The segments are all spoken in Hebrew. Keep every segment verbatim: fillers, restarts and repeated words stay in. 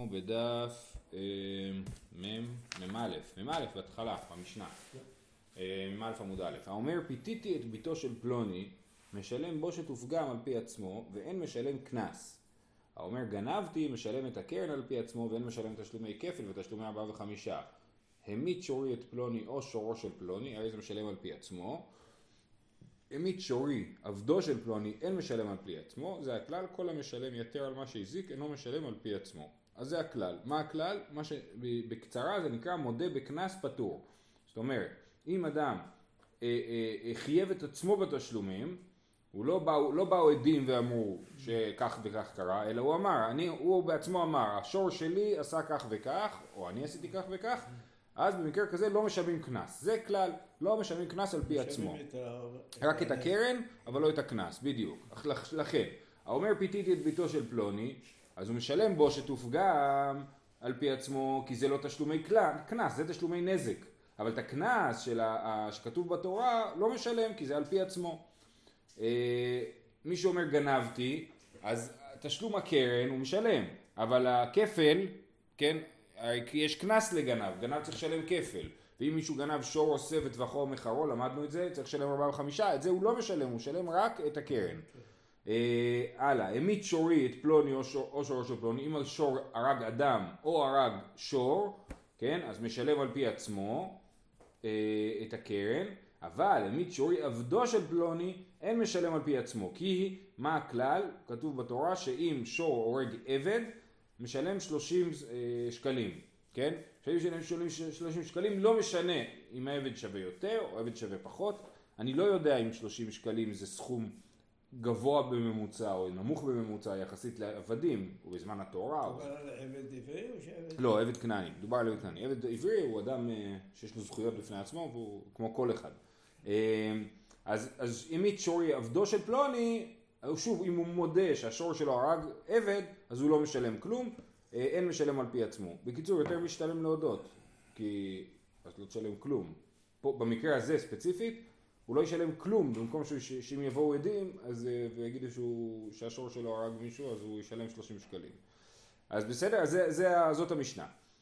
אנחנו בדף מ"א, מ"א בהתחלה, במשנה. מ"א עמוד א'. האומר פיתיתי את ביתו של פלוני, משלם בושת ופגם על פי עצמו, ואין משלם קנס. האומר גנבתי, משלם את הקרן על פי עצמו, ואין משלם תשלומי כפל ותשלומי ארבעה וחמישה. המית שורי את פלוני או שורו של פלוני, הרי זה משלם על פי עצמו. המית שורי, עבדו של פלוני, אין משלם על פי עצמו. זה הכלל, כל המשלם יתר על מה שהזיק, אינו משלם על פי עצמו. אז זה הכלל. מה הכלל? מה שבקצרה זה נקרא מודה בקנס פטור. זאת אומרת, אם אדם אה, אה, חייב את עצמו בתשלומים, הוא לא באו, לא באו עדים ואמרו שכך וכך קרה, אלא הוא אמר, אני, הוא בעצמו אמר, השור שלי עשה כך וכך, או אני עשיתי כך וכך, אז במקרה כזה לא משלמים קנס. זה כלל, לא משלמים קנס על פי עצמו. רק את הקרן, אבל לא את הקנס, בדיוק. לכן, האומר פיתיתי את ביתו של פלוני, אז הוא משלם בו שתופגם על פי עצמו, כי זה לא תשלומי קנס, זה תשלומי נזק. אבל את הקנס של ה- שכתוב בתורה לא משלם, כי זה על פי עצמו. מי שאומר גנבתי, אז תשלום הקרן הוא משלם, אבל הכפל, כן, יש קנס לגנב, גנב צריך לשלם כפל, ואם מישהו גנב שור או סבת וחור מחרו, למדנו את זה, צריך לשלם ארבעה וחמישה, את זה הוא לא משלם, הוא משלם רק את הקרן. הלאה, המית שורי את פלוני או שורו של פלוני, אם השור הרג אדם או הרג שור, כן, אז משלם על פי עצמו את הקרן. אבל המית שורי עבדו של פלוני אין משלם על פי עצמו, כי מה הכלל? כתוב בתורה שאם שור הורג עבד משלם שלושים שקלים, כן? כשאם משלם שלושים שקלים לא משנה אם העבד שווה יותר או עבד שווה פחות. אני לא יודע אם שלושים שקלים זה סכום גבוה בממוצע או נמוך בממוצע יחסית לעבדים ובזמן התורה. דובר על עבד עברי או שעבד? לא, עבד כנעני, דובר על עבד כנעני. עבד עברי הוא אדם שיש לו זכויות בפני עצמו והוא כמו כל אחד. אז, אז המית שורי עבדו של פלוני, שוב אם הוא מודה שהשור שלו הרג עבד, אז הוא לא משלם כלום, אין משלם על פי עצמו. בקיצור, יותר משתלם להודות, כי אז לא תשלם כלום. פה, במקרה הזה ספציפית, הוא לא ישלם כלום, במקום שאם יבואו עדים אז, ויגידו שהוא, שהשור שלו הרג מישהו, אז הוא ישלם שלושים שקלים. אז בסדר, אז זה, זה, זאת המשנה.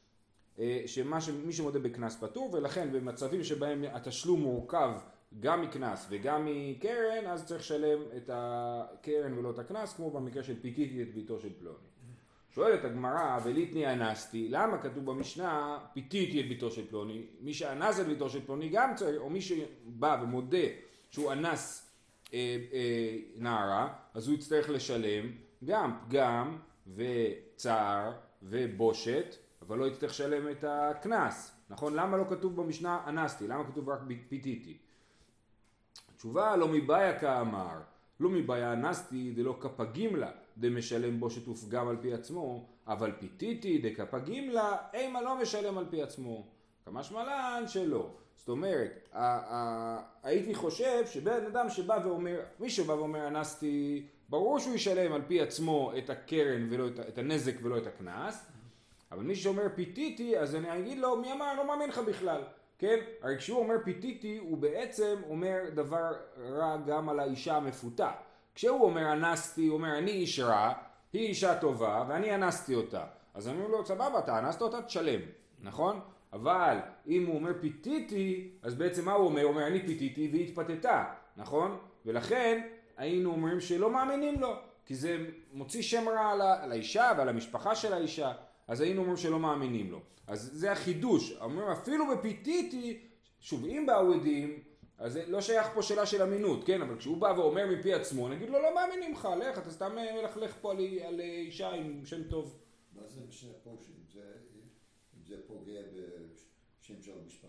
שמה שמי שמודה בקנס פטור, ולכן במצבים שבהם התשלום מורכב גם מקנס וגם מקרן, אז צריך לשלם את הקרן ולא את הקנס, כמו במקרה של פיתיתי את ביתו של פלוני. שואלת הגמרא, וליתני אנסתי, למה כתוב במשנה פיתיתי את ביתו של פלוני? מי שאנס את ביתו של פלוני גם צריך, או מי שבא ומודה שהוא אנס אה, אה, נערה, אז הוא יצטרך לשלם גם פגם וצער ובושת, אבל לא יצטרך לשלם את הקנס. נכון? למה לא כתוב במשנה אנסתי? למה כתוב רק פיתיתי? התשובה, לא מבעיה כאמר, לא מבעיה אנסתי דלא כפגים לה, דמשלם בושת ופגם על פי עצמו, אבל פיתיתי דכפגים לה, אימה לא משלם על פי עצמו. כמשמע לן שלא. זאת אומרת, הייתי חושב שבן אדם שבא ואומר, מי שבא ואומר אנסתי, ברור שהוא ישלם על פי עצמו את הקרן ולא את, את הנזק ולא את הקנס, אבל מי שאומר פיתיתי, אז אני אגיד לו, מי אמר, לא מאמין לך בכלל. כן? הרי כשהוא אומר פיתיתי, הוא בעצם אומר דבר רע גם על האישה המפותה. כשהוא אומר אנסתי, הוא אומר אני איש רע, היא אישה טובה, ואני אנסתי אותה. אז אני אומר לו, סבבה, אתה אנסת אותה, תשלם. נכון? אבל אם הוא אומר פיתיתי, אז בעצם מה הוא אומר? הוא אומר אני פיתיתי והיא התפתתה. נכון? ולכן היינו אומרים שלא מאמינים לו. כי זה מוציא שם רע על האישה ועל המשפחה של האישה. אז היינו אומרים שלא מאמינים לו. אז זה החידוש. אומרים אפילו בפיתיתי, שוב אם באו עדים, אז זה לא שייך פה שאלה של אמינות, כן? אבל כשהוא בא ואומר מפי עצמו, נגיד לו לא מאמינים לך, לך, אתה סתם מלכלך פה על, על אישה עם שם טוב. מה זה משנה פה שאם זה, אם זה פוגע בשם של המשפחה?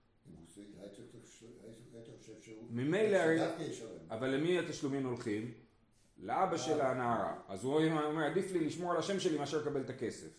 היית חושב שהוא... ממילא, אבל למי התשלומים הולכים? לאבא של הנערה. אז הוא אומר, עדיף לי לשמור על השם שלי מאשר לקבל את הכסף.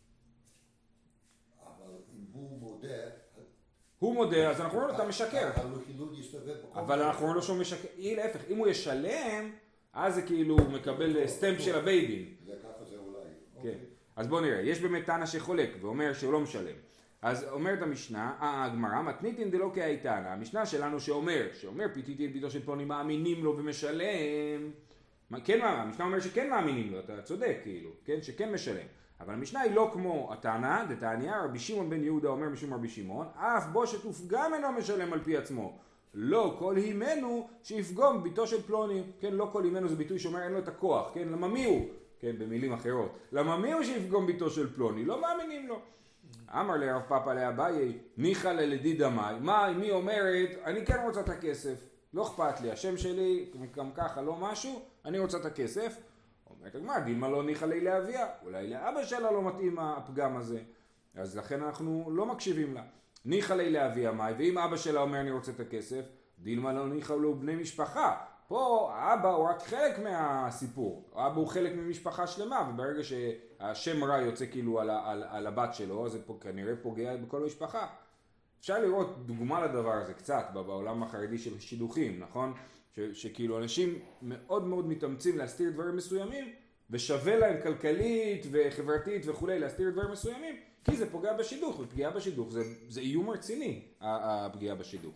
הוא מודה, הוא מודה, אז אנחנו אומרים לו, אתה משקר. אבל אנחנו אומרים לו שהוא משקר. אי להפך, אם הוא ישלם, אז זה כאילו הוא מקבל סטמפ של הבייבין. זה ככה זה אולי. כן. אז בואו נראה, יש באמת טענה שחולק ואומר שהוא לא משלם. אז אומרת המשנה, הגמרא, מתניתין דלא כהייתנא, המשנה שלנו שאומר, שאומר פיתיתי את ביתו של פלוני, מאמינים לו ומשלם. כן, המשנה אומר שכן מאמינים לו, אתה צודק כאילו, כן, שכן משלם. אבל המשנה היא לא כמו התנא, דתניא, רבי שמעון בן יהודה אומר משום רבי שמעון, אף בושת ופגם אינו משלם על פי עצמו. לא כל הימנו שיפגום ביתו של פלוני. כן, לא כל הימנו זה ביטוי שאומר אין לו את הכוח. כן, למה מי הוא? כן, במילים אחרות. למה מי הוא שיפגום ביתו של פלוני? לא מאמינים לו. אמר לרב פאפא לאביי, ניחא ללדי דמאי. מה, מי אומרת, אני כן רוצה את הכסף. לא אכפת לי, השם שלי גם ככה לא משהו, אני רוצה את הכסף. אומרת הגמרא, דילמה לא ניחא ליה לאביה, אולי לאבא שלה לא מתאים הפגם הזה. אז לכן אנחנו לא מקשיבים לה. ניחא ליה לאביה מאי, ואם אבא שלה אומר אני רוצה את הכסף, דילמה לא ניחא לו בני משפחה. פה האבא הוא רק חלק מהסיפור, האבא הוא חלק ממשפחה שלמה, וברגע שהשם רע יוצא כאילו על, על, על הבת שלו, זה פה, כנראה פוגע בכל המשפחה. אפשר לראות דוגמה לדבר הזה קצת בעולם החרדי של שידוכים, נכון? ש, שכאילו אנשים מאוד מאוד מתאמצים להסתיר דברים מסוימים, ושווה להם כלכלית וחברתית וכולי להסתיר דברים מסוימים, כי זה פוגע בשידוך, ופגיעה בשידוך זה, זה איום רציני, הפגיעה בשידוך.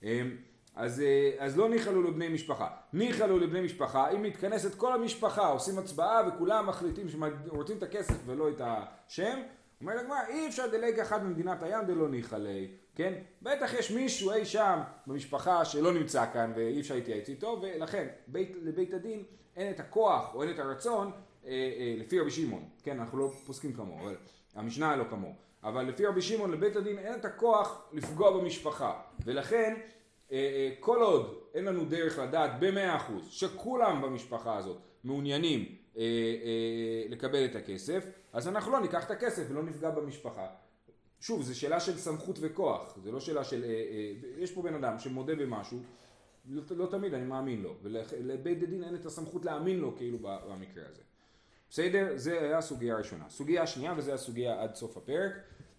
אז, אז לא ניחא לו לבני משפחה. ניחא לו לבני משפחה, אם מתכנסת כל המשפחה, עושים הצבעה וכולם מחליטים שרוצים את הכסף ולא את השם, אומר לגמרא, אי אפשר דלג אחד ממדינת הים דלא ניחא ליה, כן? בטח יש מישהו אי שם במשפחה שלא נמצא כאן ואי אפשר להתייעץ איתו, ולכן בית, לבית הדין אין את הכוח או אין את הרצון אה, אה, לפי רבי שמעון, כן? אנחנו לא פוסקים כמוהו, אבל המשנה לא כמוהו, אבל לפי רבי שמעון לבית הדין אין את הכוח לפגוע במשפחה, ולכן אה, אה, כל עוד אין לנו דרך לדעת במאה אחוז שכולם במשפחה הזאת מעוניינים אה, אה, לקבל את הכסף, אז אנחנו לא ניקח את הכסף ולא נפגע במשפחה. שוב, זו שאלה של סמכות וכוח, זה לא שאלה של, אה, אה, יש פה בן אדם שמודה במשהו, לא, לא תמיד אני מאמין לו, ולבית הדין אין את הסמכות להאמין לו כאילו במקרה הזה. בסדר? זה היה הסוגיה הראשונה. סוגיה השנייה, וזה הסוגיה עד סוף הפרק,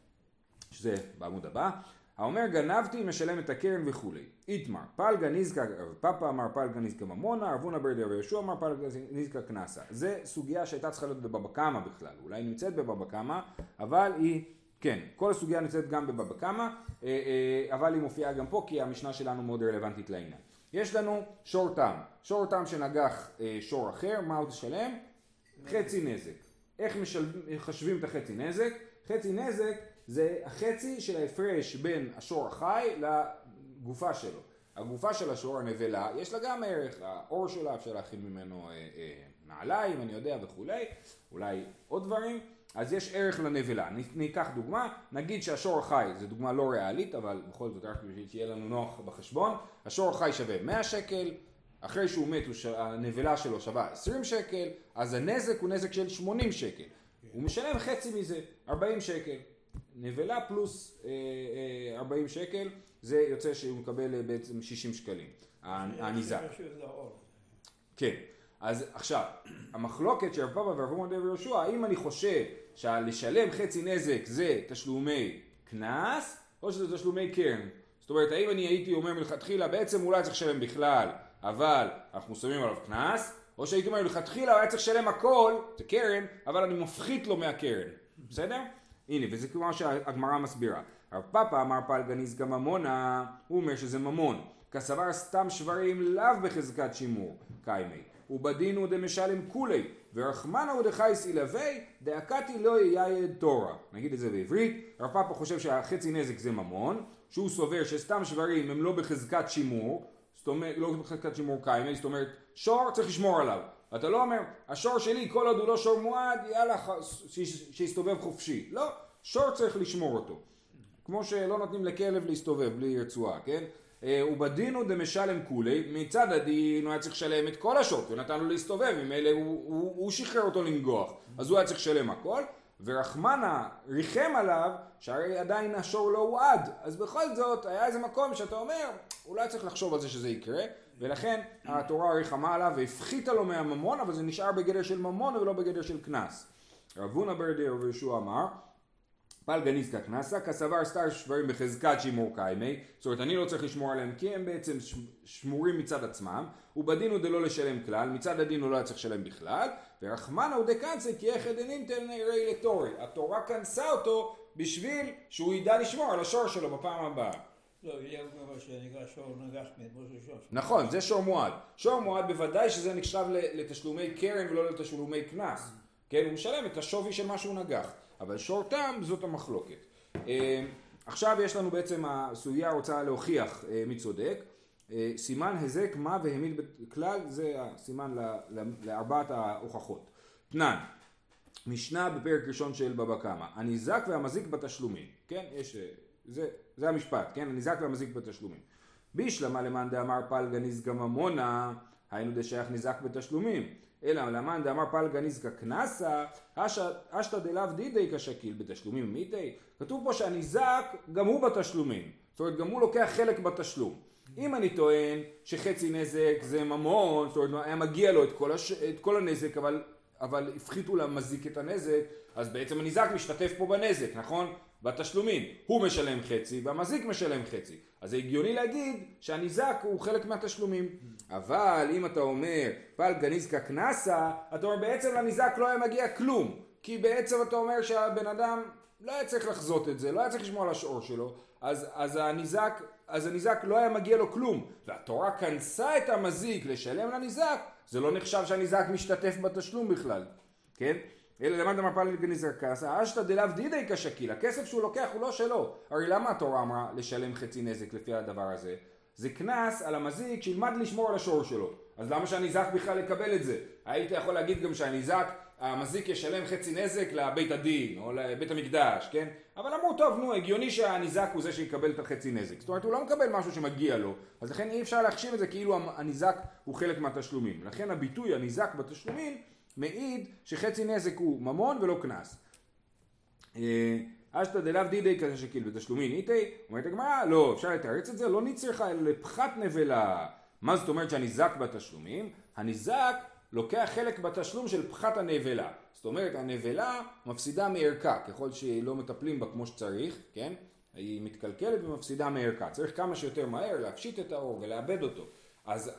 שזה בעמוד הבא, האומר גנבתי משלם את הקרן וכולי. איתמר, פלגה נזקה, פאפה אמר פלגה נזקה ממונה, ארבונה ברדר וישוע אמר פלגה נזקה כנסה. זה סוגיה שהייתה צריכה להיות בבבא קמא בכלל, אולי נמצאת בבבא קמא, אבל היא, כן, כל הסוגיה נמצאת גם בבבא קמא, אבל היא מופיעה גם פה כי המשנה שלנו מאוד רלוונטית לעניין. יש לנו שור תם, שור תם שנגח שור אחר, מה הוא תשלם? חצי נזק. איך מחשבים את החצי נזק? חצי נזק זה החצי של ההפרש בין השור החי לגופה שלו. הגופה של השור הנבלה, יש לה גם ערך, האור שלה אפשר להכין ממנו אה, אה, נעליים, אני יודע וכולי, אולי עוד דברים, אז יש ערך לנבלה. ניקח דוגמה, נגיד שהשור החי, זו דוגמה לא ריאלית, אבל בכל זאת רק בשביל שיהיה לנו נוח בחשבון, השור החי שווה מאה שקל, אחרי שהוא מת הנבלה שלו שווה עשרים שקל, אז הנזק הוא נזק של שמונים שקל. הוא משלם חצי מזה, ארבעים שקל. נבלה פלוס אה, אה, ארבעים שקל, זה יוצא שהוא מקבל אה, בעצם שישים שקלים. הניזק. כן. אז עכשיו, המחלוקת של רב פאפא ורב עובדיה ויהושע, האם אני חושב שלשלם חצי נזק זה תשלומי קנס, או שזה תשלומי קרן? זאת אומרת, האם אני הייתי אומר מלכתחילה, בעצם אולי צריך לשלם בכלל, אבל אנחנו שמים עליו קנס, או שהייתי אומר מלכתחילה, הוא היה צריך לשלם הכל, זה קרן, אבל אני מפחית לו מהקרן. בסדר? הנה, וזה כמו שהגמרא מסבירה. רב פאפא אמר פלגה נזקה ממונה, הוא אומר שזה ממון. כסבר סתם שברים לאו בחזקת שימור, קיימי. ובדינו דמשלם כולי, ורחמנה ודחייס אילווי, דאקתי לא יייד תורה. נגיד את זה בעברית, רב פאפא חושב שהחצי נזק זה ממון, שהוא סובר שסתם שברים הם לא בחזקת שימור, זאת אומרת, לא בחזקת שימור קיימי, זאת אומרת, שור צריך לשמור עליו. אתה לא אומר, השור שלי כל עוד הוא לא שור מועד, יאללה, שיסתובב חופשי. לא, שור צריך לשמור אותו. כמו שלא נותנים לכלב להסתובב בלי רצועה, כן? ובדינו דמשלם כולי, מצד הדין הוא היה צריך לשלם את כל השור, הוא נתן לו להסתובב, עם אלה הוא, הוא, הוא שחרר אותו לנגוח, אז הוא היה צריך לשלם הכל, ורחמנה ריחם עליו, שהרי עדיין השור לא הועד, אז בכל זאת היה איזה מקום שאתה אומר, אולי צריך לחשוב על זה שזה יקרה, ולכן התורה ריחמה עליו והפחיתה לו מהממון, אבל זה נשאר בגדר של ממון ולא בגדר של קנס. רב הונא בר דרבי יהושע אמר, פלגה נזקה קנסה, כסבר סתם שברים בחזקת שימור קיימי, זאת אומרת אני לא צריך לשמור עליהם כי הם בעצם שמורים מצד עצמם, ובדין הוא דלא לשלם כלל, מצד הדין הוא לא צריך לשלם בכלל, ורחמנה הוא דקנסה כי יחד אינינטל נערי לתורי, התורה כנסה אותו בשביל שהוא ידע לשמור על השור שלו בפעם הבאה. לא, יהיה כבר שנקרא שור נגח כמו שור. נכון, זה שור מועד. שור מועד בוודאי שזה נחשב לתשלומי קרן ולא לתשלומי קנס. כן, הוא משלם את השווי של מה שהוא נגח, אבל שור תם זאת המחלוקת. עכשיו יש לנו בעצם, הסוגיה רוצה להוכיח מי צודק, סימן הזק מה והמיל בכלל, זה הסימן לארבעת ההוכחות. תנן, משנה בפרק ראשון של בבא קמא, הניזק והמזיק בתשלומים, כן, יש, זה, זה המשפט, כן, הניזק והמזיק בתשלומים. בישלמה למאן דאמר פלגה נזקה ממונה, היינו דשייך ניזק בתשלומים, אלא למאן דאמר פלגה נזקה קנסה, אשתא דלאו דידי כשקיל בתשלומים מיתי. כתוב פה שהניזק גם הוא בתשלומים, זאת אומרת גם הוא לוקח חלק בתשלום. אם אני טוען שחצי נזק זה ממון, זאת אומרת היה מגיע לו את כל, הש... את כל הנזק, אבל, אבל הפחיתו למזיק את הנזק, אז בעצם הניזק משתתף פה בנזק, נכון? בתשלומים. הוא משלם חצי והמזיק משלם חצי. אז זה הגיוני להגיד שהניזק הוא חלק מהתשלומים. אבל אם אתה אומר פלגה נזקה קנסה, אתה אומר בעצם לניזק לא היה מגיע כלום. כי בעצם אתה אומר שהבן אדם לא היה צריך לחזות את זה, לא היה צריך לשמוע על השעור שלו, אז, אז, הניזק, אז הניזק לא היה מגיע לו כלום. והתורה כנסה את המזיק לשלם לניזק, זה לא נחשב שהניזק משתתף בתשלום בכלל. כן? אלא למד אמר פלגה נזקה קנסה, אשתא דלאו דידי כשקיל, הכסף שהוא לוקח הוא לא שלו. הרי למה התורה אמרה לשלם חצי נזק לפי הדבר הזה? זה קנס על המזיק שילמד לשמור על השור שלו. אז למה שהניזק בכלל יקבל את זה? היית יכול להגיד גם שהניזק, המזיק ישלם חצי נזק לבית הדין או לבית המקדש, כן? אבל אמרו טוב, נו, הגיוני שהניזק הוא זה שיקבל את החצי נזק. זאת אומרת, הוא לא מקבל משהו שמגיע לו, אז לכן אי אפשר להחשיב את זה כאילו הניזק הוא חלק מהתשלומים. לכן הביטוי הניזק בתשלומים מעיד שחצי נזק הוא ממון ולא קנס. אשתא דלאו דידי כשקיל בתשלומים ניתי, אומרת הגמרא, לא, אפשר לתרץ את זה, לא נצרכה אלא לפחת נבלה. מה זאת אומרת שהניזק בתשלומים? הניזק לוקח חלק בתשלום של פחת הנבלה. זאת אומרת, הנבלה מפסידה מערכה, ככל שהיא לא מטפלים בה כמו שצריך, כן? היא מתקלקלת ומפסידה מערכה. צריך כמה שיותר מהר להפשיט את האור ולאבד אותו. אז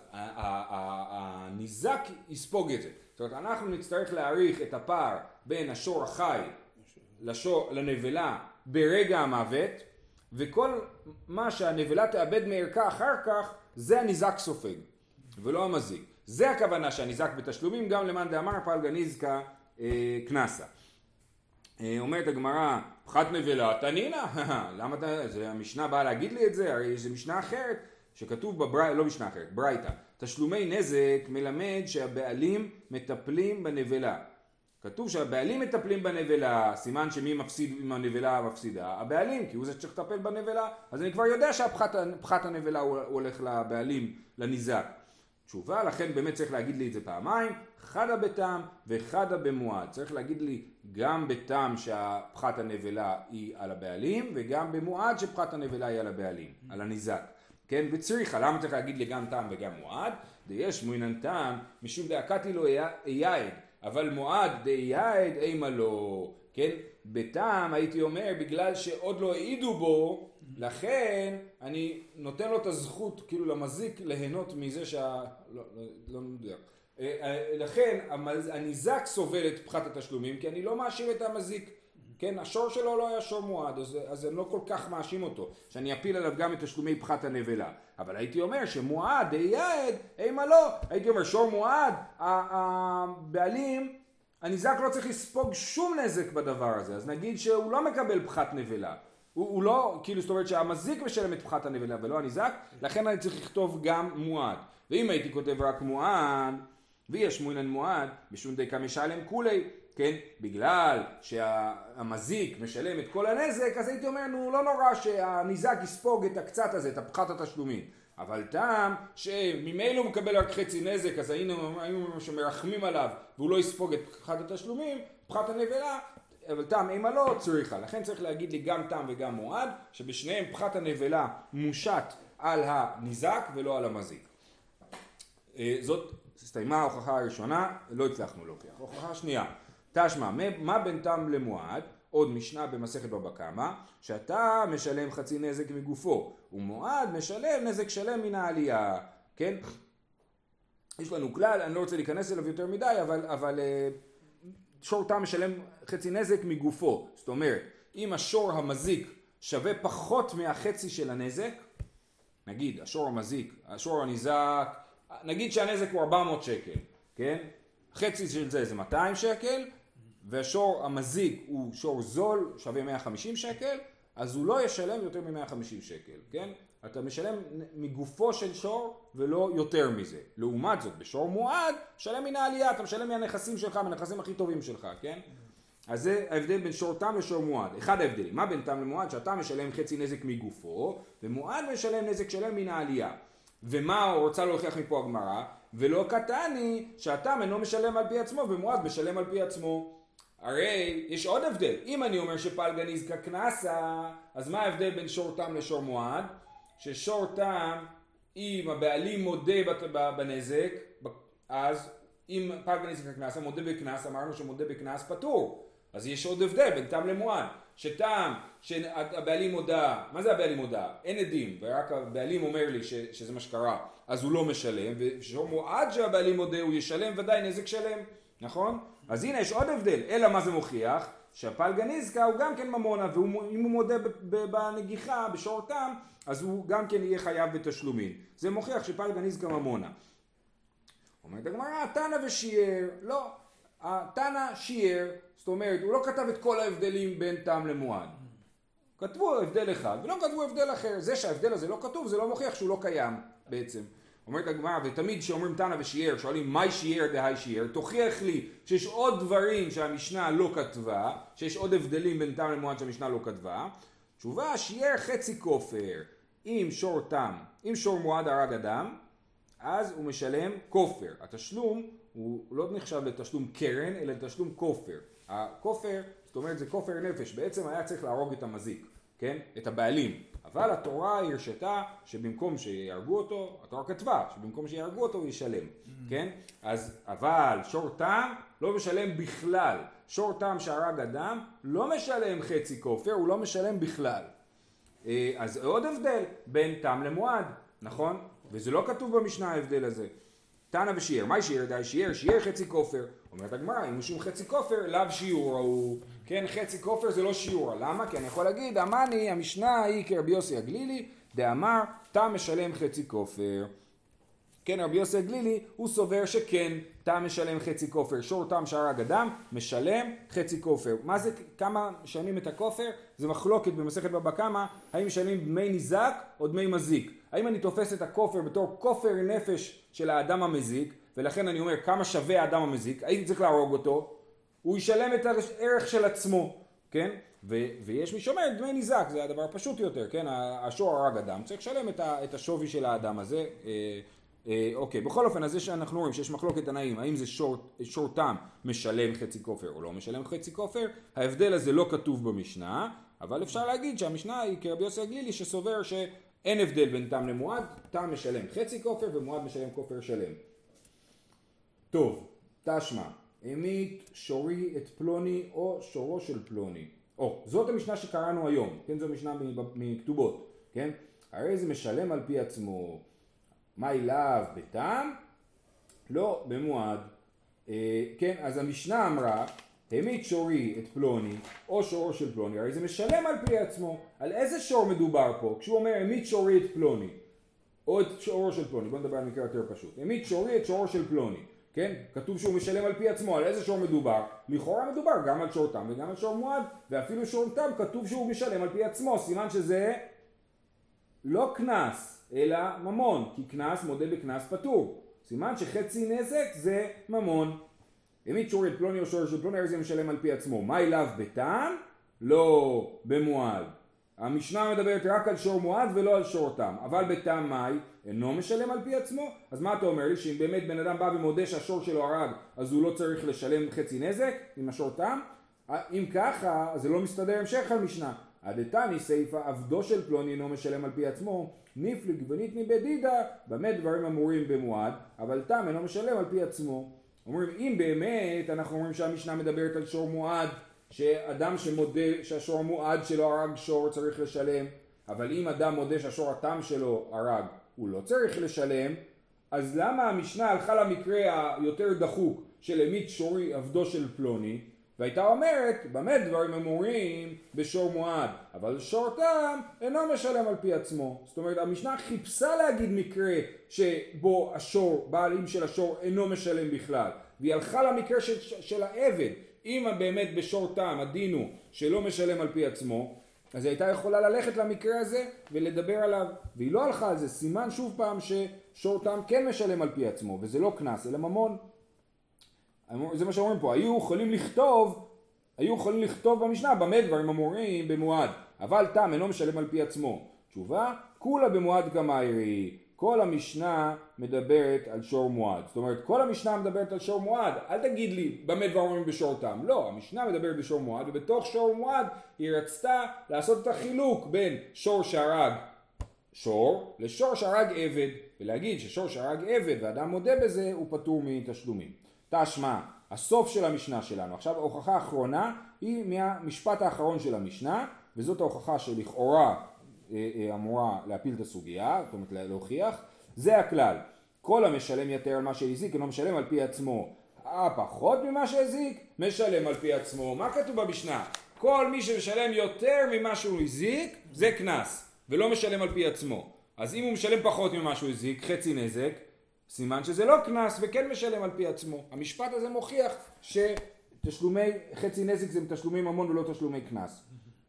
הניזק יספוג את זה. זאת אומרת, אנחנו נצטרך להעריך את הפער בין השור החי לשור, לנבלה ברגע המוות, וכל מה שהנבלה תאבד מערכה אחר כך, זה הניזק סופג, ולא המזיק. זה הכוונה שהניזק בתשלומים, גם למאן דאמר פלגה נזקה אה, קנסה. אה, אומרת הגמרא, פחת נבלה, תנינה, למה אתה, זה המשנה באה להגיד לי את זה? הרי זה משנה אחרת, שכתוב בברייתא, לא משנה אחרת, ברייתא. תשלומי נזק מלמד שהבעלים מטפלים בנבלה. כתוב שהבעלים מטפלים בנבלה, סימן שמי מפסיד עם הנבלה מפסידה? הבעלים, כי הוא זה שצריך לטפל בנבלה. אז אני כבר יודע שהפחת הנבלה הוא הולך לבעלים, לניזק. תשובה, לכן באמת צריך להגיד לי את זה פעמיים, חדה בטעם וחדה במועד. צריך להגיד לי גם בטעם שהפחת הנבלה היא על הבעלים, וגם במועד שפחת הנבלה היא על הבעלים, על הניזק. כן, וצריכה, למה צריך להגיד לי גם טעם וגם מועד? יש מועינן טעם, משום דאקתי לו אייד, אבל מועד דאייד אימה לו, כן? בטעם הייתי אומר, בגלל שעוד לא העידו בו, לכן אני נותן לו את הזכות, כאילו למזיק, ליהנות מזה שה... לא, לא, לא יודע. לכן הניזק סובל את פחת התשלומים, כי אני לא מאשים את המזיק. כן, השור שלו לא היה שור מועד, אז, אז אני לא כל כך מאשים אותו, שאני אפיל עליו גם את תשלומי פחת הנבלה. אבל הייתי אומר שמועד, דאייד, אימה לא. הייתי אומר שור מועד, הבעלים, הניזק לא צריך לספוג שום נזק בדבר הזה. אז נגיד שהוא לא מקבל פחת נבלה. הוא, הוא לא, כאילו זאת אומרת שהמזיק משלם את פחת הנבלה ולא הניזק, לכן אני צריך לכתוב גם מועד. ואם הייתי כותב רק מועד, ויש מועינן מועד, משום דקה משלם כולי, כן? בגלל שהמזיק משלם את כל הנזק, אז הייתי אומר, נו, לא נורא שהניזק יספוג את הקצת הזה, את הפחת התשלומים. אבל טעם שממילא הוא מקבל רק חצי נזק, אז היינו, היינו שמרחמים עליו, והוא לא יספוג את פחת התשלומים, פחת הנבלה, אבל טעם אימה לא צריכה. לכן צריך להגיד לי גם טעם וגם מועד, שבשניהם פחת הנבלה מושת על הניזק ולא על המזיק. זאת הסתיימה ההוכחה הראשונה, לא הצלחנו להוכיח. ההוכחה השנייה, תשמע, מה בין טעם למועד? עוד משנה במסכת בבא קמא, שאתה משלם חצי נזק מגופו, ומועד משלם נזק שלם מן העלייה, כן? יש לנו כלל, אני לא רוצה להיכנס אליו יותר מדי, אבל, אבל שור טעם משלם חצי נזק מגופו. זאת אומרת, אם השור המזיק שווה פחות מהחצי של הנזק, נגיד, השור המזיק, השור הניזק, נגיד שהנזק הוא ארבע מאות שקל, כן? חצי של זה זה מאתיים שקל, והשור המזיק הוא שור זול, שווה מאה וחמישים שקל, אז הוא לא ישלם יותר מ-מאה וחמישים שקל, כן? אתה משלם מגופו של שור ולא יותר מזה. לעומת זאת, בשור מועד, משלם מן העלייה, אתה משלם מהנכסים שלך, מהנכסים הכי טובים שלך, כן? אז זה ההבדל בין שור תם לשור מועד. אחד ההבדלים, מה בין תם למועד? שאתה משלם חצי נזק מגופו, ומועד משלם נזק שלם מן העלייה. ומה הוא רוצה להוכיח מפה הגמרא? ולא קטני שהתם אינו משלם על פי עצמו, ומועד משלם על פי עצמו. הרי יש עוד הבדל. אם אני אומר שפלגה נזקה קנסה, אז מה ההבדל בין שור תם לשור מועד? ששור תם, אם הבעלים מודה בנזק, אז אם פלגה נזקה קנסה, מודה בקנס, אמרנו שמודה בקנס פטור. אז יש עוד הבדל בין תם למועד. שתם, שהבעלים מודה, מה זה הבעלים מודה? אין עדים, ורק הבעלים אומר לי ש, שזה מה שקרה, אז הוא לא משלם, ושור מועד שהבעלים מודה הוא ישלם ודאי נזק שלם, נכון? אז הנה יש עוד הבדל, אלא מה זה מוכיח? שהפלגה נזקה הוא גם כן ממונה, ואם הוא מודה בנגיחה, בשור תם, אז הוא גם כן יהיה חייב בתשלומים. זה מוכיח שפלגה נזקה ממונה. אומרת הגמרא, תנא ושיער, לא, תנא שיער, זאת אומרת, הוא לא כתב את כל ההבדלים בין תם למועד. כתבו הבדל אחד, ולא כתבו הבדל אחר. זה שההבדל הזה לא כתוב, זה לא מוכיח שהוא לא קיים בעצם. אומרת הגמרא, ותמיד שאומרים תנא ושיער, שואלים מהי שיער דהי שיער, תוכיח לי שיש עוד דברים שהמשנה לא כתבה, שיש עוד הבדלים בין תם למועד שהמשנה לא כתבה. תשובה, שיער חצי כופר, אם שור תם, אם שור מועד הרג אדם, אז הוא משלם כופר. התשלום הוא לא נחשב לתשלום קרן, אלא לתשלום כופר. הכופר, זאת אומרת, זה כופר נפש. בעצם היה צריך להרוג את המזיק, כן? את הבעלים. אבל התורה הרשתה שבמקום שיהרגו אותו, התורה כתבה שבמקום שיהרגו אותו הוא ישלם, כן? אז, אבל שור תם לא משלם בכלל. שור תם שהרג אדם לא משלם חצי כופר, הוא לא משלם בכלל. אז עוד הבדל בין תם למועד, נכון? וזה לא כתוב במשנה ההבדל הזה. תנא ושיער, מהי שיער דהי שיער? שיער חצי כופר. אומרת הגמרא, אם הוא שום חצי כופר, לאו שיעור הוא. כן, חצי כופר זה לא שיעור. למה? כי אני יכול להגיד, אמני, המשנה היא כרבי יוסי הגלילי, דאמר, תם משלם חצי כופר. כן, רבי יוסי הגלילי, הוא סובר שכן, תם משלם חצי כופר. שור תם שהרג אדם, משלם חצי כופר. מה זה, כמה משלמים את הכופר? זה מחלוקת במסכת בבא קמא, האם משלמים דמי ניזק או דמי מזיק. האם אני תופס את הכופר בתור כופר נפש של האדם המזיק, ולכן אני אומר כמה שווה האדם המזיק, הייתי צריך להרוג אותו, הוא ישלם את הערך של עצמו, כן? ו- ויש מי שאומר דמי ניזק, זה הדבר הפשוט יותר, כן? השור הרג אדם, צריך לשלם את, ה- את השווי של האדם הזה. אה, אה, אוקיי, בכל אופן, אז זה שאנחנו רואים שיש מחלוקת תנאים, האם זה שור, שור תם משלם חצי כופר או לא משלם חצי כופר, ההבדל הזה לא כתוב במשנה, אבל אפשר להגיד שהמשנה היא כרבי יוסי הגלילי שסובר ש... אין הבדל בין תם למועד, תם משלם חצי כופר ומועד משלם כופר שלם. טוב, תשמע, המית שורי את פלוני או שורו של פלוני. או, זאת המשנה שקראנו היום, כן, זו משנה מכתובות, כן? הרי זה משלם על פי עצמו. מה אליו בתם? לא, במועד. אה, כן, אז המשנה אמרה, המית שורי את פלוני או שורו של פלוני, הרי זה משלם על פי עצמו. על איזה שור מדובר פה? כשהוא אומר המית שורי את פלוני או את שורו של פלוני, בוא נדבר על מקרה יותר פשוט. המית שורי את שורו של פלוני, כן? כתוב שהוא משלם על פי עצמו, על איזה שור מדובר? לכאורה מדובר גם על שור תם וגם על שור מועד, ואפילו שור תם כתוב שהוא משלם על פי עצמו, סימן שזה לא קנס אלא ממון, כי קנס מודה בקנס פטור, סימן שחצי נזק זה ממון. המית שורי את פלוני או שור של פלוני, הרי זה משלם על פי עצמו. מה אליו בתם? לא במועד. המשנה מדברת רק על שור מועד ולא על שור תם. אבל בתם מאי אינו משלם על פי עצמו? אז מה אתה אומר לי? שאם באמת בן אדם בא ומודה שהשור שלו הרג, אז הוא לא צריך לשלם חצי נזק עם השור תם? אם ככה, אז זה לא מסתדר המשך המשנה. הדתני סייפה, עבדו של פלוני אינו משלם על פי עצמו, נפליג וניתני בדידה, במה דברים אמורים במועד, אבל תם אינו משלם על פי עצמו. אומרים, אם באמת אנחנו אומרים שהמשנה מדברת על שור מועד, שאדם שמודה שהשור המועד שלו הרג שור צריך לשלם, אבל אם אדם מודה שהשור התם שלו הרג, הוא לא צריך לשלם, אז למה המשנה הלכה למקרה היותר דחוק של המית שורי עבדו של פלוני, והייתה אומרת, במה דברים אמורים בשור מועד, אבל שור תם אינו משלם על פי עצמו. זאת אומרת, המשנה חיפשה להגיד מקרה שבו השור, בעלים של השור אינו משלם בכלל, והיא הלכה למקרה של, של העבד, אם באמת בשור תם הדין הוא שלא משלם על פי עצמו, אז היא הייתה יכולה ללכת למקרה הזה ולדבר עליו, והיא לא הלכה על זה. סימן שוב פעם ששור תם כן משלם על פי עצמו, וזה לא קנס אלא ממון. זה מה שאומרים פה, היו יכולים לכתוב, היו יכולים לכתוב במשנה במה דברים אמורים במועד, אבל תם אינו משלם על פי עצמו. תשובה, כולה במועד כמיירי. כל המשנה מדברת על שור מועד. זאת אומרת, כל המשנה מדברת על שור מועד. אל תגיד לי במה דברים אומרים בשור תם. לא, המשנה מדברת בשור מועד, ובתוך שור מועד היא רצתה לעשות את החילוק בין שור שהרג שור לשור שהרג עבד, ולהגיד ששור שהרג עבד ואדם מודה בזה הוא פטור מתשלומים. תשמע, הסוף של המשנה שלנו. עכשיו ההוכחה האחרונה היא מהמשפט האחרון של המשנה, וזאת ההוכחה שלכאורה אמורה להפיל את הסוגיה, זאת אומרת להוכיח. זה הכלל, כל המשלם יותר על מה שהזיק אינו משלם על פי עצמו, הפחות ממה שהזיק משלם על פי עצמו. מה כתוב במשנה? כל מי שמשלם יותר ממה שהוא הזיק זה קנס ולא משלם על פי עצמו. אז אם הוא משלם פחות ממה שהוא הזיק, חצי נזק, סימן שזה לא קנס וכן משלם על פי עצמו. המשפט הזה מוכיח שתשלומי חצי נזק זה תשלומי ממון ולא תשלומי קנס.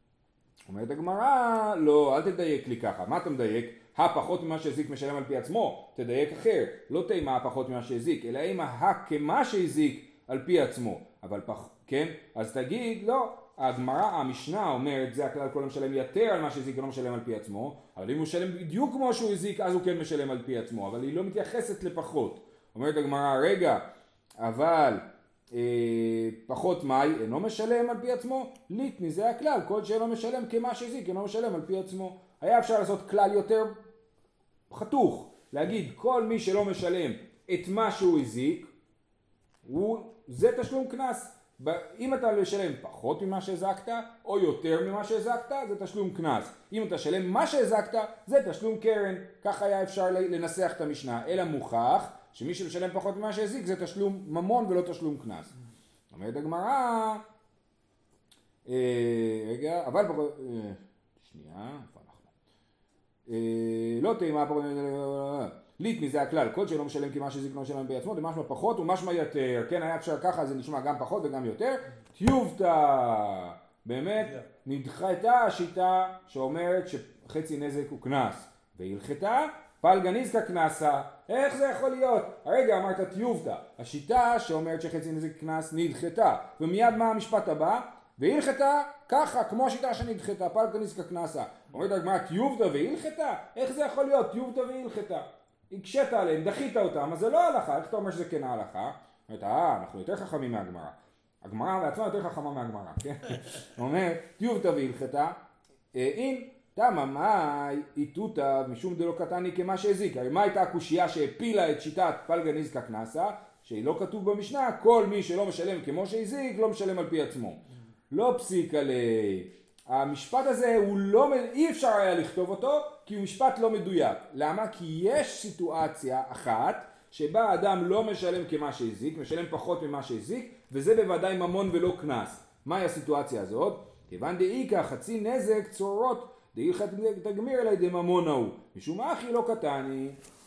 אומרת הגמרא, לא, אל תדייק לי ככה. מה אתה מדייק? הפחות ממה שהזיק משלם על פי עצמו. תדייק אחר. לא תימה הפחות ממה שהזיק, אלא אימה הכמה שהזיק על פי עצמו. אבל פח, כן? אז תגיד, לא. הגמרא, המשנה אומרת, זה הכלל כל המשלם יותר על מה שהזיק, לא משלם על פי עצמו. אבל אם הוא משלם בדיוק כמו שהוא הזיק, אז הוא כן משלם על פי עצמו. אבל היא לא מתייחסת לפחות. אומרת הגמרא, רגע, אבל אה, פחות מאי אינו משלם על פי עצמו, ליטני זה הכלל, כל שאינו משלם כמה שהזיק אינו משלם על פי עצמו. היה אפשר לעשות כלל יותר חתוך, להגיד כל מי שלא משלם את מה שהוא הזיק, הוא, זה תשלום קנס. אם אתה משלם פחות ממה שהזקת או יותר ממה שהזקת, זה תשלום קנס. אם אתה משלם מה שהזקת, זה תשלום קרן. כך היה אפשר לנסח את המשנה, אלא מוכח שמי שמשלם פחות ממה שהזיק זה תשלום ממון ולא תשלום קנס. אומרת הגמרא, אה, רגע, אבל אה, שנייה, איפה אנחנו? אה, לא תימה פחות, ליטני זה הכלל, כל שלא משלם כמה שהזיק לא משלם בעצמו, זה משמע פחות ומשמע יותר. כן, היה אפשר ככה, זה נשמע גם פחות וגם יותר. טיובתא, באמת נדחתה השיטה שאומרת שחצי נזק הוא קנס, והלכתה פלגה נזקה קנסה. איך זה יכול להיות? הרגע אמרת טיובתא, השיטה שאומרת שחצי נזק קנס נדחתה, ומיד מה המשפט הבא? והלכתה ככה, כמו השיטה שנדחתה, פלגה נזקה קנסה. אומרת הגמרא טיובתא והלכתה? איך זה יכול להיות? טיובתא והלכתה, הקשת עליהם, דחית אותם, אז זה לא הלכה. איך אתה אומר שזה כן ההלכה? אומרת, אה, אנחנו יותר חכמים מהגמרא. הגמרא בעצמה יותר חכמה מהגמרא, כן? אומר, טיובתא והלכתה, אם תמה מה איתותא משום דלא קטני כמה שהזיק. הרי מה הייתה הקושייה שהפילה את שיטת פלגה נזקה קנסה? שהיא לא כתוב במשנה, כל מי שלא משלם כמו שהזיק לא משלם על פי עצמו. לא פסיק עלי. המשפט הזה הוא לא, אי אפשר היה לכתוב אותו כי הוא משפט לא מדויק. למה? כי יש סיטואציה אחת שבה אדם לא משלם כמה שהזיק, משלם פחות ממה שהזיק, וזה בוודאי ממון ולא קנס. מהי הסיטואציה הזאת? כיוון דאיקה חצי נזק צרורות דאיכה תגמיר אלי דממון ההוא. משום אחי לא קטני.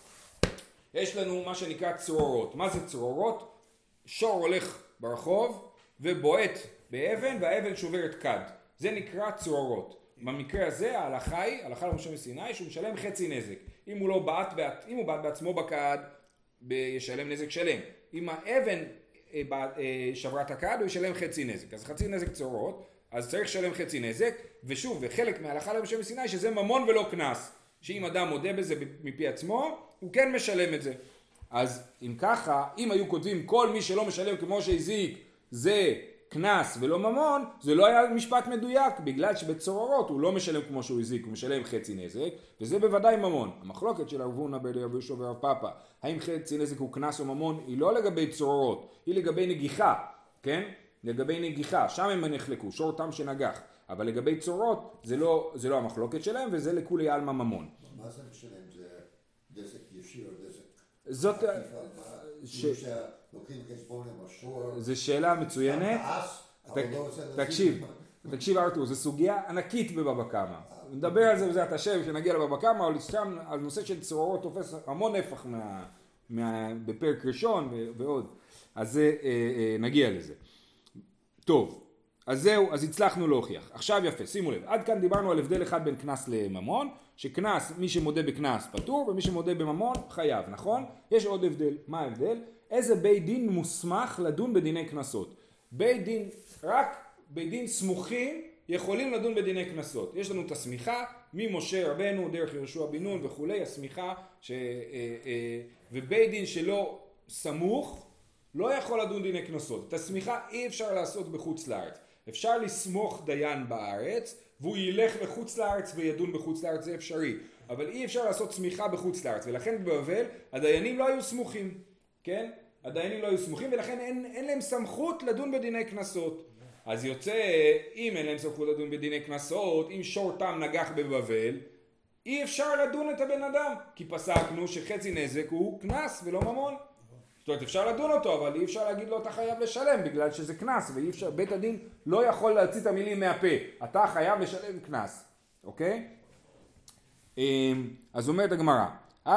יש לנו מה שנקרא צרורות. מה זה צרורות? שור הולך ברחוב ובועט באבן והאבן שוברת כד. זה נקרא צרורות. במקרה הזה ההלכה היא, ההלכה למשה מסיני, שהוא משלם חצי נזק. אם הוא לא בעט, אם הוא בעט בעצמו בכד, ישלם נזק שלם. אם האבן שברה את הכד, הוא ישלם חצי נזק. אז חצי נזק צרורות, אז צריך לשלם חצי נזק, ושוב, וחלק מההלכה למשה מסיני, שזה ממון ולא קנס. שאם אדם מודה בזה מפי עצמו, הוא כן משלם את זה. אז אם ככה, אם היו כותבים כל מי שלא משלם כמו שהזיק, זה קנס ולא ממון, זה לא היה משפט מדויק, בגלל שבצרורות הוא לא משלם כמו שהוא הזיק, הוא משלם חצי נזק, וזה בוודאי ממון. המחלוקת של הרב הונא ברב יהושע ורב פאפא, האם חצי נזק הוא קנס או ממון, היא לא לגבי צרורות, היא לגבי נגיחה, כן? לגבי נגיחה, שם הם נחלקו, שור תם שנגח, אבל לגבי צרורות זה לא, זה לא המחלוקת שלהם, וזה לכולי עלמא ממון. מה זה משלם? זה דזק ישיר או דזק? זאת... זה שאלה מצוינת. תקשיב, תקשיב ארתור, זו סוגיה ענקית בבבא קמא. נדבר על זה בעזרת השם כשנגיע לבבא קמא, אבל שם על נושא של צרורות תופס המון נפח בפרק ראשון ועוד. אז נגיע לזה. טוב, אז זהו, אז הצלחנו להוכיח. עכשיו יפה, שימו לב, עד כאן דיברנו על הבדל אחד בין קנס לממון, שקנס, מי שמודה בקנס פטור, ומי שמודה בממון חייב, נכון? יש עוד הבדל, מה ההבדל? איזה בית דין מוסמך לדון בדיני קנסות? בית דין, רק בית דין סמוכים יכולים לדון בדיני קנסות. יש לנו את הסמיכה, ממשה רבנו, דרך יהושע בן נון וכולי, הסמיכה, ש... ובית דין שלא סמוך, לא יכול לדון דיני קנסות. את הסמיכה אי אפשר לעשות בחוץ לארץ. אפשר לסמוך דיין בארץ, והוא ילך לחוץ לארץ וידון בחוץ לארץ, זה אפשרי. אבל אי אפשר לעשות סמיכה בחוץ לארץ, ולכן בבבל הדיינים לא היו סמוכים, כן? הדיינים לא היו סמוכים, ולכן אין, אין להם סמכות לדון בדיני קנסות. אז יוצא, אם אין להם סמכות לדון בדיני קנסות, אם שור תם נגח בבבל, אי אפשר לדון את הבן אדם, כי פסקנו שחצי נזק הוא קנס ולא ממון. זאת אומרת, אפשר לדון אותו, אבל אי אפשר להגיד לו אתה חייב לשלם, בגלל שזה קנס, ואי אפשר, בית הדין לא יכול להוציא את המילים מהפה, אתה חייב לשלם קנס, אוקיי? אז אומרת הגמרא,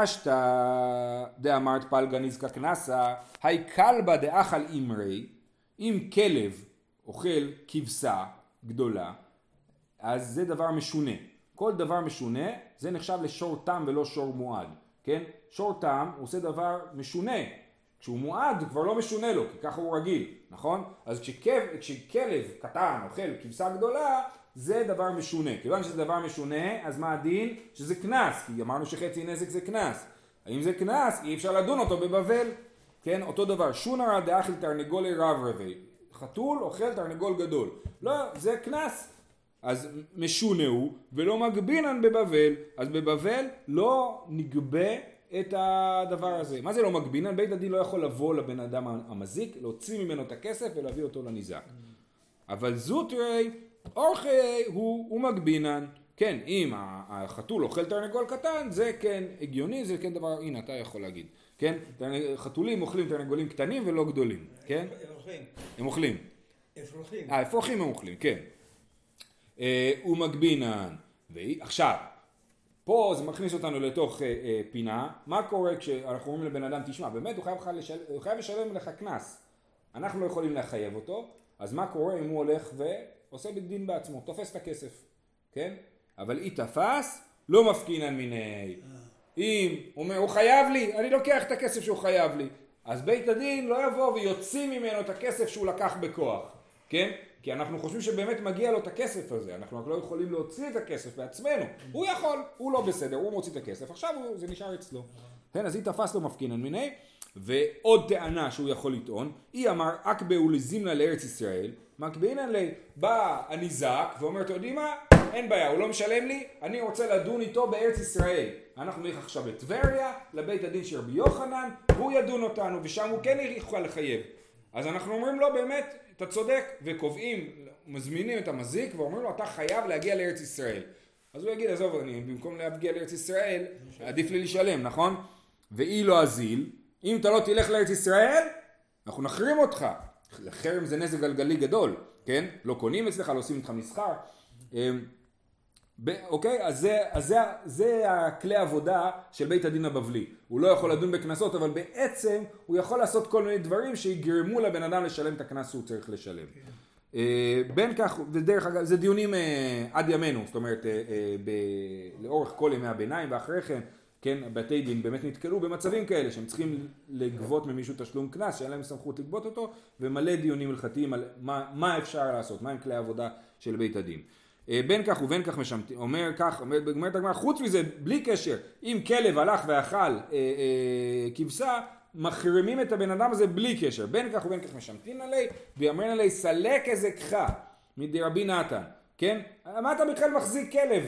אשתא דאמרת פלגה נזקה קנסה, היי כלבא דאכל אימרי, אם כלב אוכל כבשה גדולה, אז זה דבר משונה. כל דבר משונה, זה נחשב לשור תם ולא שור מועד, כן? שור תם הוא עושה דבר משונה. כשהוא מועד כבר לא משונה לו, כי ככה הוא רגיל, נכון? אז כשכלב, כשכלב קטן אוכל כבשה גדולה, זה דבר משונה. כיוון שזה דבר משונה, אז מה הדין? שזה קנס, כי אמרנו שחצי נזק זה קנס. האם זה קנס? אי אפשר לדון אותו בבבל. כן, אותו דבר. שונרא דאכל תרנגולי רב רבי. חתול אוכל תרנגול גדול. לא, זה קנס. אז משונה הוא, ולא מגבינן בבבל. אז בבבל לא נגבה את הדבר הזה. מה זה לא מגבינן? בית הדין לא יכול לבוא לבן אדם המזיק, להוציא ממנו את הכסף ולהביא אותו לניזק. אבל זוטרי, אורכי הוא, הוא מגבינן. כן, אם החתול אוכל תרנגול קטן, זה כן הגיוני, זה כן דבר, הנה אתה יכול להגיד. כן, חתולים אוכלים תרנגולים קטנים ולא גדולים. כן? הם אוכלים. הם אוכלים. אפרוחים. אה, אפרוחים הם אוכלים, כן. הוא מגבינן. ועכשיו, פה זה מכניס אותנו לתוך אה, אה, פינה, מה קורה כשאנחנו אומרים לבן אדם, תשמע, באמת הוא חייב, לשל... הוא חייב לשלם לך קנס, אנחנו לא יכולים לחייב אותו, אז מה קורה אם הוא הולך ועושה בדין בעצמו, תופס את הכסף, כן? אבל אי תפס, לא מפקינן מיני. אם הוא אומר, הוא חייב לי, אני לוקח את הכסף שהוא חייב לי, אז בית הדין לא יבוא ויוציא ממנו את הכסף שהוא לקח בכוח, כן? כי אנחנו חושבים שבאמת מגיע לו את הכסף הזה, אנחנו רק לא יכולים להוציא את הכסף בעצמנו, הוא יכול, הוא לא בסדר, הוא מוציא את הכסף, עכשיו הוא, זה נשאר אצלו. כן, אז היא תפס לו מפקינן מיני, ועוד טענה שהוא יכול לטעון, היא אמר, אקבה ולזימנה לארץ ישראל, מקבינן לי, בא הניזק ואומר, אתה יודעים מה? אין בעיה, הוא לא משלם לי, אני רוצה לדון איתו בארץ ישראל. אנחנו נלך עכשיו לטבריה, לבית הדין של רבי יוחנן, והוא ידון אותנו, ושם הוא כן יוכל לחייב. אז אנחנו אומרים לו, באמת, אתה צודק, וקובעים, מזמינים את המזיק, ואומרים לו, אתה חייב להגיע לארץ ישראל. אז הוא יגיד, עזוב, אני במקום להגיע לארץ ישראל, עדיף לי לשלם, נכון? ואי לא אזיל, אם אתה לא תלך לארץ ישראל, אנחנו נחרים אותך. לחרם זה נזק גלגלי גדול, כן? לא קונים אצלך, לא עושים איתך מסחר. אוקיי? אז זה, אז זה, זה הכלי עבודה של בית הדין הבבלי. הוא לא יכול לדון בקנסות, אבל בעצם הוא יכול לעשות כל מיני דברים שיגרמו לבן אדם לשלם את הקנס שהוא צריך לשלם. Okay. בין כך, ודרך אגב, זה דיונים עד ימינו, זאת אומרת, ב- לאורך כל ימי הביניים ואחרי כן, כן, בתי דין באמת נתקלו במצבים כאלה, שהם צריכים לגבות ממישהו תשלום קנס, שאין להם סמכות לגבות אותו, ומלא דיונים הלכתיים על מה, מה אפשר לעשות, מה הם כלי העבודה של בית הדין. בין כך ובין כך משמטים, אומר כך, אומרת הגמרא, חוץ מזה, בלי קשר, אם כלב הלך ואכל אה, אה, כבשה, מחרימים את הבן אדם הזה בלי קשר, בין כך ובין כך משמטין עלי, ואמרן עלי, סלק הזקך מדי רבי נתן, כן? מה אתה בכלל מחזיק כלב?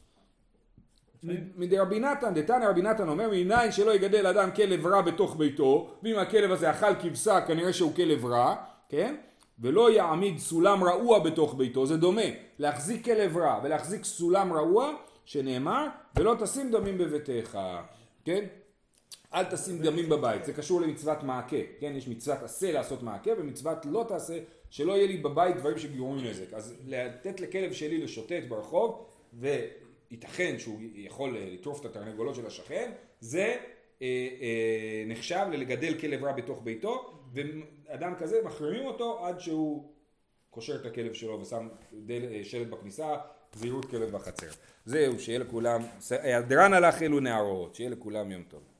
מדי רבי נתן, דתניא רבי נתן אומר, מניין שלא יגדל אדם כלב רע בתוך ביתו, ואם הכלב הזה אכל כבשה, כנראה שהוא כלב רע, כן? ולא יעמיד סולם רעוע בתוך ביתו, זה דומה, להחזיק כלב רע ולהחזיק סולם רעוע, שנאמר, ולא תשים דמים בביתך, כן? אל תשים דמים בבית, זה קשור למצוות מעקה, כן? יש מצוות עשה לעשות מעקה, ומצוות לא תעשה, שלא יהיה לי בבית דברים שגורמים נזק. אז לתת לכלב שלי לשוטט ברחוב, וייתכן שהוא יכול לטרוף את התרנגולות של השכן, זה אה, אה, נחשב ללגדל כלב רע בתוך ביתו, ואדם כזה מחרימים אותו עד שהוא קושר את הכלב שלו ושם דל, שלט בכניסה, זהירות כלב בחצר. זהו, שיהיה לכולם, היעדרן הלך אלו נערות, שיהיה לכולם יום טוב.